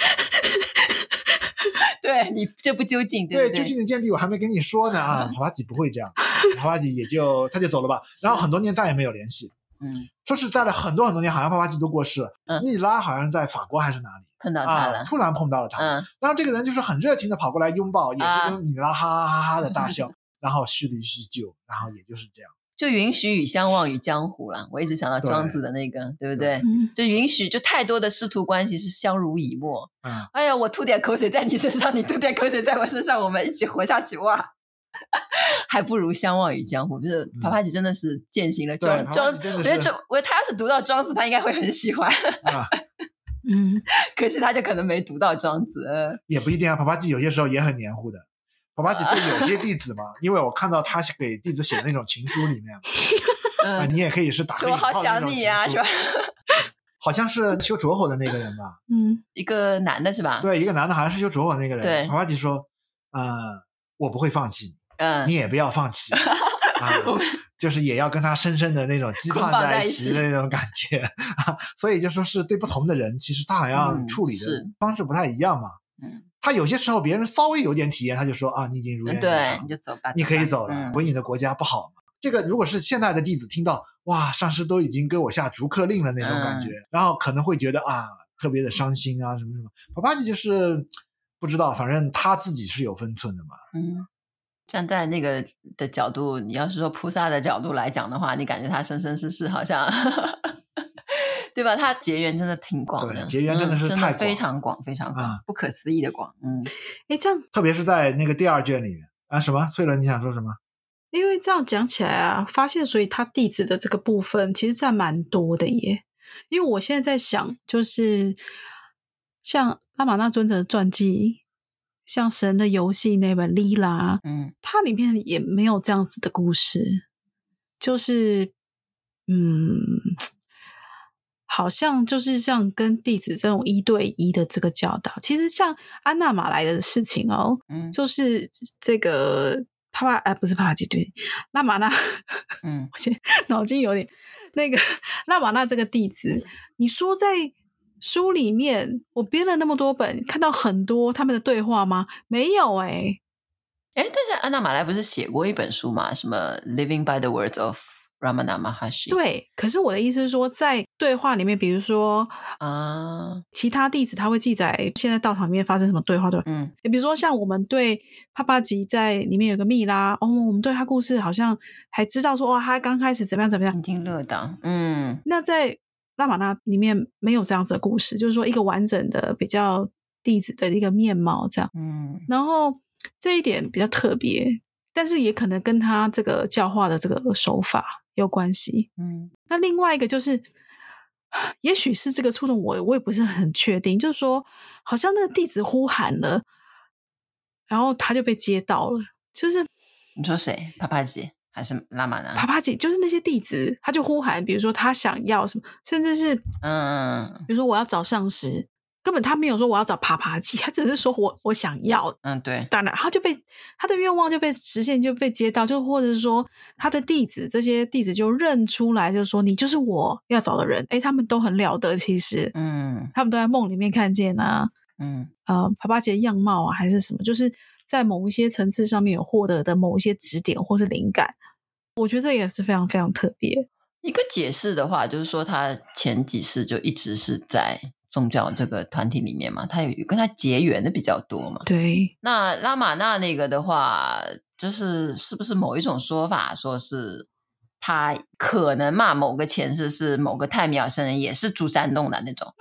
对，你这不究竟， 对究竟的见地我还没跟你说呢啊！帕帕吉不会这样，帕帕吉他就走了吧，然后很多年再也没有联系。说是在了很多年，好像帕帕吉都过世了。蜜拉好像在法国还是哪里碰到他了， 突然碰到了他，然后这个人就是很热情的跑过来拥抱，也是跟蜜拉哈哈哈哈的大笑。然后叙了一叙旧，然后也就是这样， 就允许与相忘于江湖了。我一直想到庄子的那个， 对不对？就允许，就太多的师徒关系是相濡以沫。哎呀，我吐点口水在你身上，你吐点口水在我身上，我们一起活下去，哇，还不如相忘于江湖。就是帕帕吉真的是践行了庄，我觉得他要是读到庄子，他应该会很喜欢。可惜他就可能没读到庄子。 也不一定啊，帕帕吉有些时候也很黏糊的。帕帕吉对有些弟子嘛，因为我看到他给弟子写的那种情书里面，你也可以是打个引号的那种情书。我好想你啊，是吧？好像是修卓火的那个人吧？ 一个男的是吧？ 对，一个男的，好像是修卓火的那个人。 对， 帕帕吉说，我不会放弃你，你也不要放弃就是也要跟他深深的那种羁绊在一起的那种感觉所以就说是对不同的人，其实他好像处理的方式不太一样嘛。他有些时候别人稍微有点体验，他就说你已经如愿以偿， 对，你就走吧， 你可以走了，回你的国家不好吗？这个如果是现在的弟子听到，哇，上师都已经给我下逐客令了那种感觉，然后可能会觉得特别的伤心啊什么什么。帕帕吉就是不知道，反正他自己是有分寸的嘛。 站在那个的角度，你要是说菩萨的角度来讲的话，你感觉他生生世世好像对吧？他结缘真的挺广的， 结缘真的是太广， 非常广，非常广，不可思议的广。 这样， 特别是在那个第二卷里面什么？翠伦，你想说什么？ 因为这样讲起来发现所以他弟子的这个部分其实占蛮多的耶。因为我现在在想，就是像拉玛那尊者的传记， 像《神的游戏》那本《莉拉》，它里面也没有这样子的故事，就是好像就是像跟弟子这种1对1的这个教导。其实像安娜马来的事情哦，就是这个不是帕帕吉，对，拉玛那，我现在脑筋有点那个拉玛那这个弟子，你说在书里面我编了那么多本，看到很多他们的对话吗？没有但是安娜马来不是写过一本书嘛，什么 Living by the Words of Ramana Maharshi。 对，可是我的意思是说在对话里面，比如说其他弟子他会记载现在道场里面发生什么对话，对吧？比如说像我们对帕帕吉在里面有个蜜拉，我们对他故事好像还知道说他刚开始怎么样怎么样， 津津乐道。 那在拉玛那里面没有这样子的故事，就是说一个完整的比较弟子的一个面貌这样。然后这一点比较特别，但是也可能跟他这个教化的这个手法有关系。那另外一个就是也许是这个触动我也不是很确定，就是说好像那个弟子呼喊了，然后他就被接到了。就是你说谁？帕帕吉还是拉玛那？ 帕帕吉就是那些弟子，他就呼喊，比如说他想要什么，甚至是比如说我要找上师，根本他没有说我要找帕帕吉，他只是说我想要。 对， 当然他就被他的愿望就被实现，就被接到，就或者是说他的弟子，这些弟子就认出来，就是说你就是我要找的人。他们都很了得，其实他们都在梦里面看见啊，帕帕吉的样貌啊还是什么，就是在某一些层次上面有获得的某一些指点或是灵感，我觉得这也是非常非常特别。 一个解释的话就是说他前几世就一直是在宗教这个团体里面嘛，他有跟他结缘的比较多嘛。 对， 那拉玛那那个的话，就是是不是某一种说法说是他可能嘛，某个前世是某个太庙圣人，也是住山洞的那种。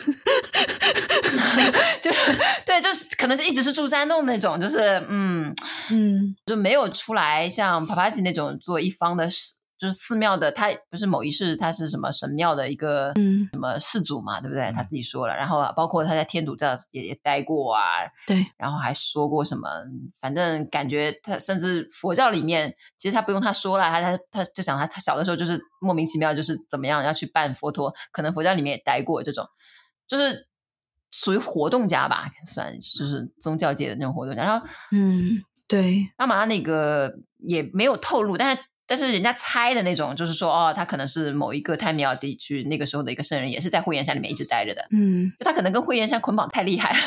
对，就是可能是一直是住山洞那种，就是就没有出来像帕帕吉那种做一方的，就是寺庙的，他不是某一世他是什么神庙的一个什么世祖嘛，对不对？他自己说了，然后包括他在天主教也待过啊， 对， 然后还说过什么，反正感觉他甚至佛教里面，其实他不用他说了，他就讲他小的时候就是莫名其妙就是怎么样要去拜佛陀，可能佛教里面也待过，这种就是属于活动家吧，算就是宗教界的那种活动家。然后对， 拉玛那个也没有透露，但是人家猜的那种，就是说他可能是某一个太庙地区那个时候的一个圣人，也是在慧眼山里面一直待着的。就他可能跟慧眼山捆绑太厉害了。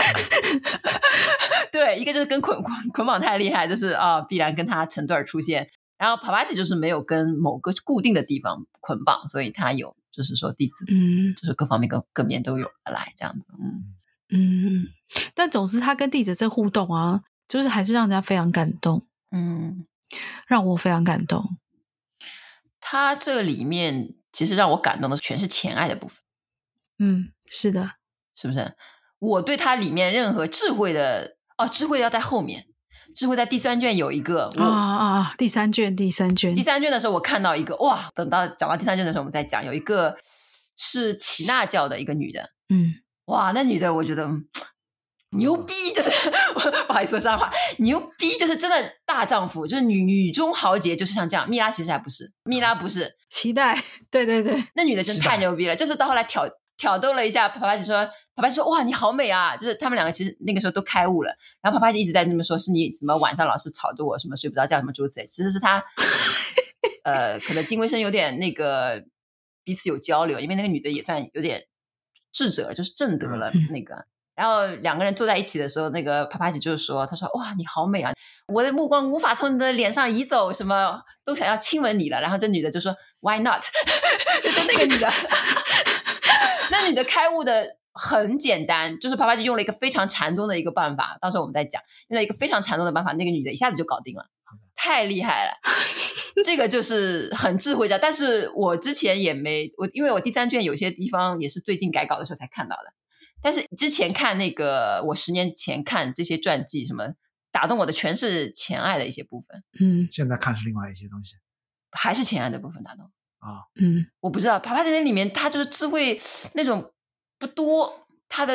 对，一个就是跟捆绑太厉害，就是必然跟他成对出现。然后帕帕吉就是没有跟某个固定的地方捆绑，所以他有就是说弟子就是各方面各面都有来这样子。 但总之他跟弟子这互动啊，就是还是让人家非常感动。让我非常感动。 他这里面其实让我感动的全是前爱的部分。 是的， 是不是？我对他里面任何智慧的智慧要在后面，智慧在第3卷有一个第三卷第三卷的时候我看到一个等到讲到第3卷的时候我们再讲，有一个是耆那教的一个女的，那女的我觉得牛逼，就是不好意思说脏话，牛逼就是真的大丈夫，就是女中豪杰，就是像这样。蜜拉其实还不是，蜜拉不是， 期待，对对对， 那女的真的太牛逼了，就是到后来挑逗了一下帕帕吉，说哇你好美啊，就是他们两个其实那个时候都开悟了，然后帕帕吉一直在那么说是你什么晚上老是吵着我什么睡不着觉什么诸如此类，其实是他可能金龟生有点那个彼此有交流，因为那个女的也算有点智者，就是正得了那个。然后两个人坐在一起的时候，那个帕帕吉就是说，他说哇你好美啊，我的目光无法从你的脸上移走，什么都想要亲吻你了。然后这女的就说 why not 就是那个女的那女的开悟的很简单，就是帕帕吉用了一个非常禅宗的一个办法，到时候我们再讲，用了一个非常禅宗的办法，那个女的一下子就搞定了，太厉害了这个就是很智慧家。但是我之前也因为我第3卷有些地方也是最近改稿的时候才看到的，但是之前看那个我10年前看这些传记什么打动我的全是前爱的一些部分， 现在看是另外一些东西， 还是前爱的部分打动嗯， 我不知道帕帕吉那里面他就是智慧那种不多，他的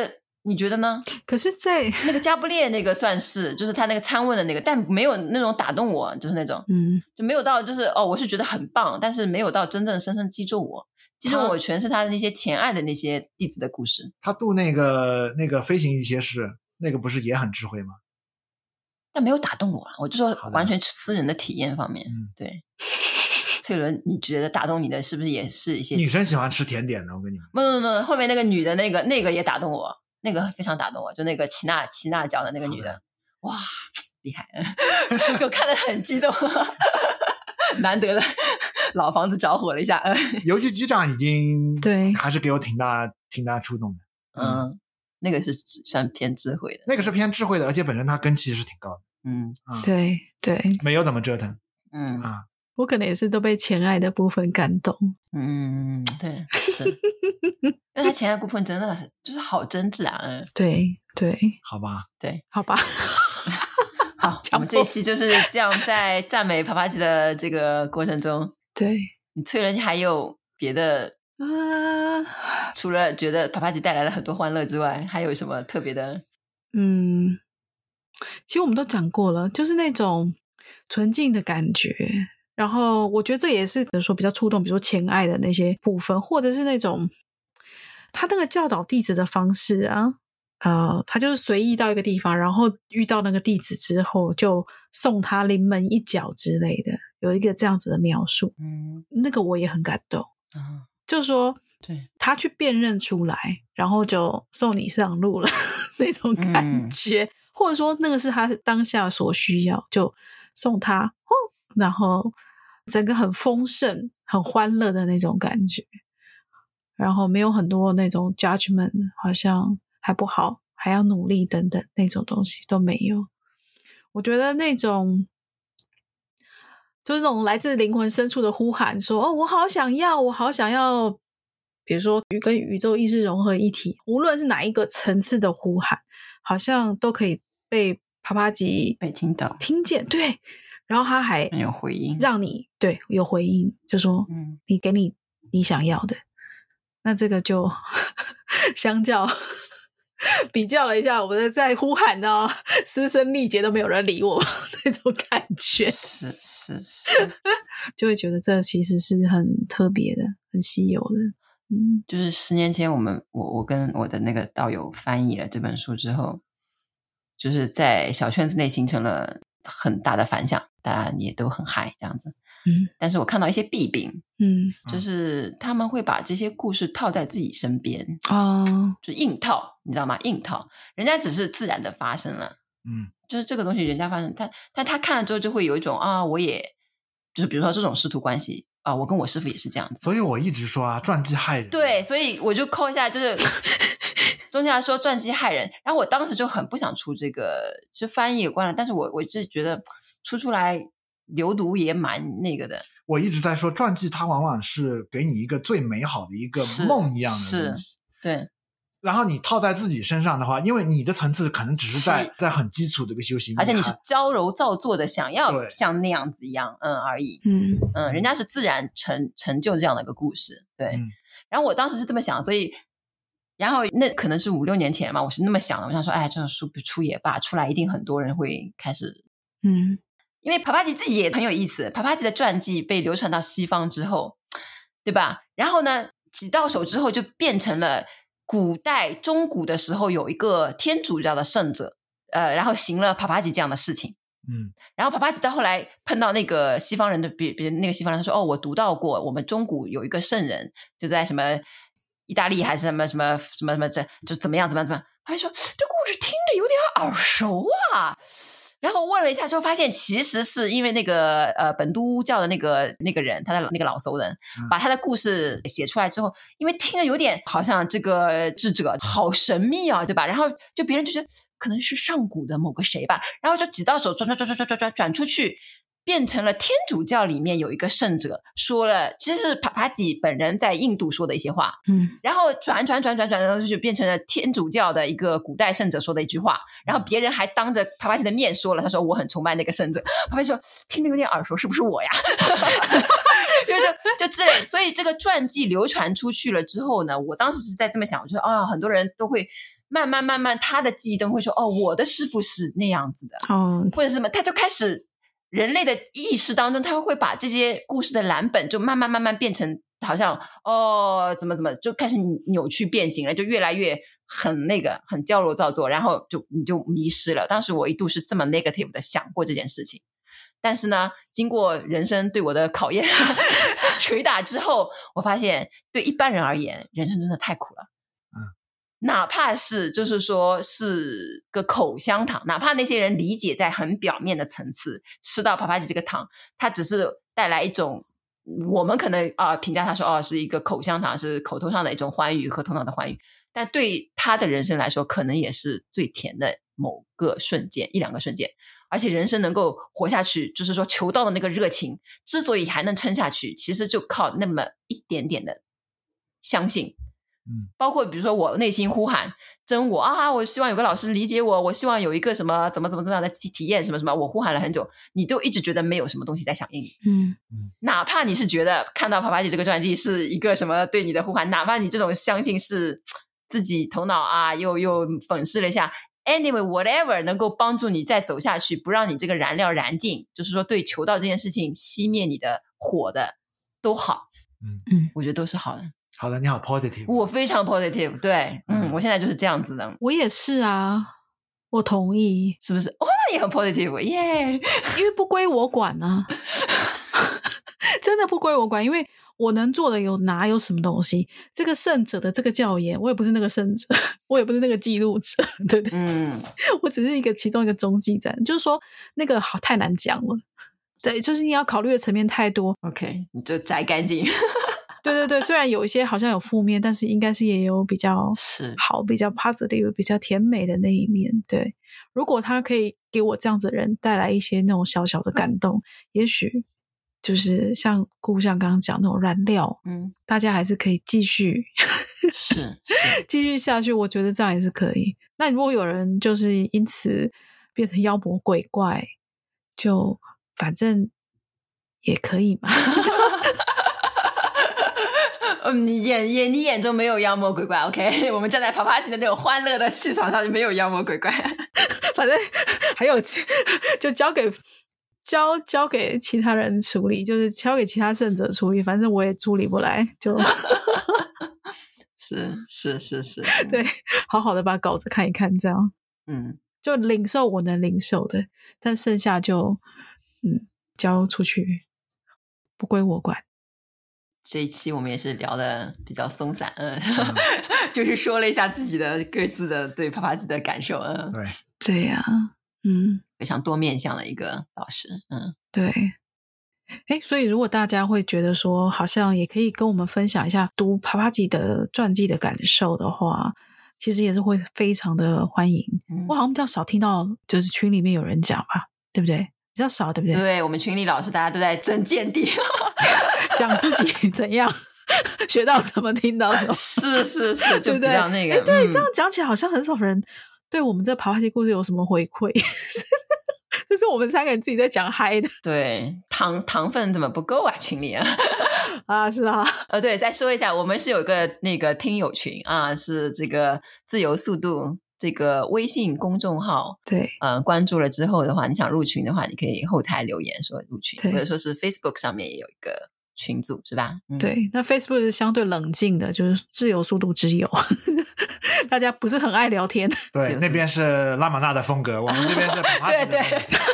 你觉得呢？ 可是在那个加布列那个算是就是他那个参问的那个，但没有那种打动我，就是那种就没有到就是我是觉得很棒，但是没有到真正深深击中我。击中我全是他的那些前爱的那些弟子的故事。 他渡那个飞行鱼蝎式那个不是也很智慧吗？ 但没有打动我啊，我就说完全私人的体验方面。对。翠伦，你觉得打动你的是不是也是一些女生喜欢吃甜点的？我跟你们不，后面那个女的那个也打动我，那个非常打动我，就那个齐娜角的那个女的，哇，厉害！我看得很激动，难得的老房子着火了一下。 游击局长已经对， 还是给我挺大触动的。 那个是算偏智慧的， 那个是偏智慧的，而且本身他根气是挺高的。 对对， 没有怎么折腾。 我可能也是都被前爱的部分感动。 对，是，因为他前爱部分真的是就是好真挚啊。 对对， 好吧， 对，好吧。 好，我们这一期就是这样，在赞美帕帕吉的这个过程中， 对你翠人还有别的除了觉得帕帕吉带来了很多欢乐之外，还有什么特别的？ 其实我们都讲过了，就是那种纯净的感觉。然后我觉得这也是比如说比较触动，比如说前爱的那些部分，或者是那种他那个教导弟子的方式啊，他就是随意到一个地方，然后遇到那个弟子之后，就送他临门一脚之类的，有一个这样子的描述。那个我也很感动。就是说， 对， 他去辨认出来，然后就送你上路了那种感觉，或者说那个是他当下所需要，就送他，然后整个很丰盛、很欢乐的那种感觉，然后没有很多那种 judgment， 好像还不好，还要努力等等那种东西都没有。我觉得那种就是那种来自灵魂深处的呼喊，说我好想要，我好想要，比如说跟宇宙意识融合一体，无论是哪一个层次的呼喊，好像都可以被帕帕吉被听到、 听见，对。然后他还有回应，让你对有回应，就说你给你想要的。那这个就相较比较了一下，我们在呼喊到嘶声力竭都没有人理我那种感觉， 是就会觉得这其实是很特别的、很稀有的。 就是10年前我跟我的那个道友翻译了这本书之后，就是在小圈子内形成了很大的反响，大家也都很嗨这样子。但是我看到一些弊病，就是他们会把这些故事套在自己身边，就硬套，你知道吗？硬套，人家只是自然的发生了，就是这个东西人家发生，但他看了之后就会有一种我也就是比如说这种师徒关系我跟我师父也是这样子， 所以我一直说传记害人。 对，所以我就扣一下，就是中间说传记害人，然后我当时就很不想出这个，就翻译有关了，但是我是觉得出来流毒也蛮那个的。 我一直在说传记它往往是给你一个最美好的一个梦一样的东西， 对。 然后你套在自己身上的话，因为你的层次可能只是在很基础的一个修行， 而且你是矫揉造作的想要像那样子一样而已。人家是自然成就这样的一个故事，对。然后我当时是这么想，所以然后那可能是5-6年前嘛，我是那么想的，我想说这种书不出也罢，出来一定很多人会开始因为帕帕吉自己也很有意思，帕帕吉的传记被流传到西方之后，对吧？然后呢挤到手之后就变成了古代中古的时候有一个天主教的圣者然后行了帕帕吉这样的事情。然后帕帕吉到后来碰到那个西方人的别那个西方人，他说我读到过我们中古有一个圣人就在什么意大利还是什么这就怎么样，他就说这故事听着有点耳熟啊。然后问了一下之后发现其实是因为那个本都教的那个人，他的那个老熟人把他的故事写出来之后，因为听着有点好像这个智者好神秘对吧？然后就别人就觉得可能是上古的某个谁吧，然后就挤到手转出去，变成了天主教里面有一个圣者说了，其实是帕帕吉本人在印度说的一些话，然后转就变成了天主教的一个古代圣者说的一句话，然后别人还当着帕帕吉的面说了，他说我很崇拜那个圣者，帕帕吉说听着有点耳熟，是不是我呀？就之类，所以这个传记流传出去了之后呢，我当时是在这么想，我觉得很多人都会慢慢他的记忆都会说哦，我的师傅是那样子的，或者是什么，他就开始人类的意识当中，他会把这些故事的蓝本就慢慢变成好像怎么就开始扭曲变形了，就越来越很矫揉造作，然后你就迷失了。当时我一度是这么 negative 的想过这件事情，但是呢，经过人生对我的考验捶打之后，我发现对一般人而言，人生真的太苦了。哪怕是就是说是个口香糖，哪怕那些人理解在很表面的层次，吃到啪啪吉这个糖，它只是带来一种我们可能评价它说是一个口香糖，是口头上的一种欢愉和头脑的欢愉，但对他的人生来说，可能也是最甜的某个瞬间，一两个瞬间。而且人生能够活下去，就是说求道的那个热情之所以还能撑下去，其实就靠那么一点点的相信。包括比如说我内心呼喊真我希望有个老师理解我，我希望有一个什么怎么样的体验什么什么，我呼喊了很久，你都一直觉得没有什么东西在响应你。哪怕你是觉得看到啪啪吉这个传记是一个什么对你的呼喊，哪怕你这种相信是自己头脑又粉饰了一下， anyway whatever 能够帮助你再走下去，不让你这个燃料燃尽，就是说对求道这件事情熄灭你的火的都好。我觉得都是好的。 好的，你好 positive。 我非常 positive， 对，我现在就是这样子的。 我也是啊，我同意。 是不是？那也很 positive 耶， 因为不归我管啊真的不归我管，因为我能做的哪有什么东西？这个圣者的这个教言，我也不是那个圣者，我也不是那个记录者，对不对？我只是其中一个中继站，就是说那个太难讲了。对，就是你要考虑的层面太多。 OK， 你就摘干净对，虽然有一些好像有负面，但是应该是也有比较好、比较 positive、比较甜美的那一面。对，如果他可以给我这样子的人带来一些那种小小的感动，也许就是像刚刚讲那种燃料，大家还是可以继续是继续下去，我觉得这样也是可以。那如果有人就是因此变成妖魔鬼怪，就反正也可以嘛你眼中没有妖魔鬼怪 OK， 我们站在啪啪吉的那种欢乐的戏场上就没有妖魔鬼怪反正还有就交给其他人处理，就是交给其他圣者处理，反正我也处理不来，就是对，好好的把稿子看一看，这样就领受我能领受的，但剩下就交出去，不归我管。 这一期我们也是聊的比较松散，就是说了一下自己的各自的对啪啪吉的感受， 对呀， 非常多面向的一个导师， 对。所以如果大家会觉得说好像也可以跟我们分享一下读啪啪吉的传记的感受的话，其实也是会非常的欢迎。我好像比较少听到就是群里面有人讲吧，对不对？比较少，对不对？ 对，我们群里老师大家都在争见地讲自己怎样学到什么听到什么是就比较那个对，这样讲起来好像很少人对我们这啪啪吉故事有什么回馈这是我们三个人自己在讲嗨的。 对，糖分怎么不够啊群里是啊对，再说一下，我们是有个那个听友群是这个自由速度这个微信公众号， 对， 关注了之后的话，你想入群的话，你可以后台留言说入群，或者说是 Facebook 上面也有一个群组，是吧？ 对，那 Facebook 是相对冷静的，就是自由速度之友大家不是很爱聊天。 对，那边是拉玛纳的风格，我们这边是啪啪吉的风格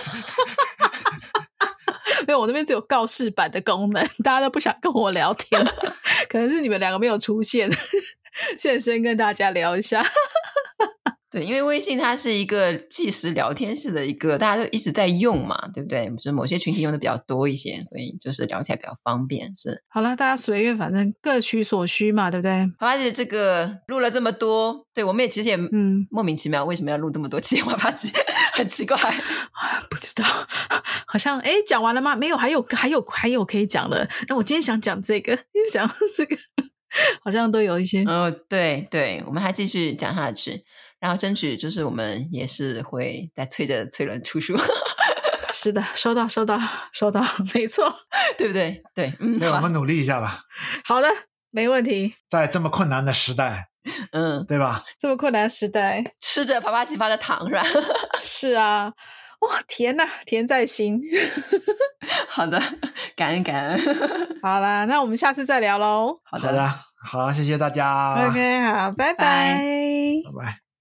没有，我那边只有告示板的功能，大家都不想跟我聊天可能是你们两个没有出现现身跟大家聊一下对，因为微信它是一个即时聊天式的一个，大家都一直在用嘛，对不对？就是某些群体用的比较多一些，所以就是聊起来比较方便。是， 好了，大家随缘，反正各取所需嘛，对不对？ 啪啪吉这个录了这么多，对，我们也其实也莫名其妙为什么要录这么多期啪啪吉很奇怪不知道，好像讲完了吗？没有，还有可以讲的。那我今天想讲这个，又想这个，好像都有一些。 对，我们还继续讲下去。然后争取就是我们也是会在催着翠伦出书是的，收到没错， 对不对？对， 对，我们努力一下吧。 好的，没问题。 在这么困难的时代， 对吧？ 这么困难的时代， 吃着啪啪齐发的糖是吧？ 是啊，哇，甜呐，甜在心。 好的，感恩感恩。 好啦，那我们下次再聊喽。 好的， 好，谢谢大家。 OK， 好，拜拜。 拜拜。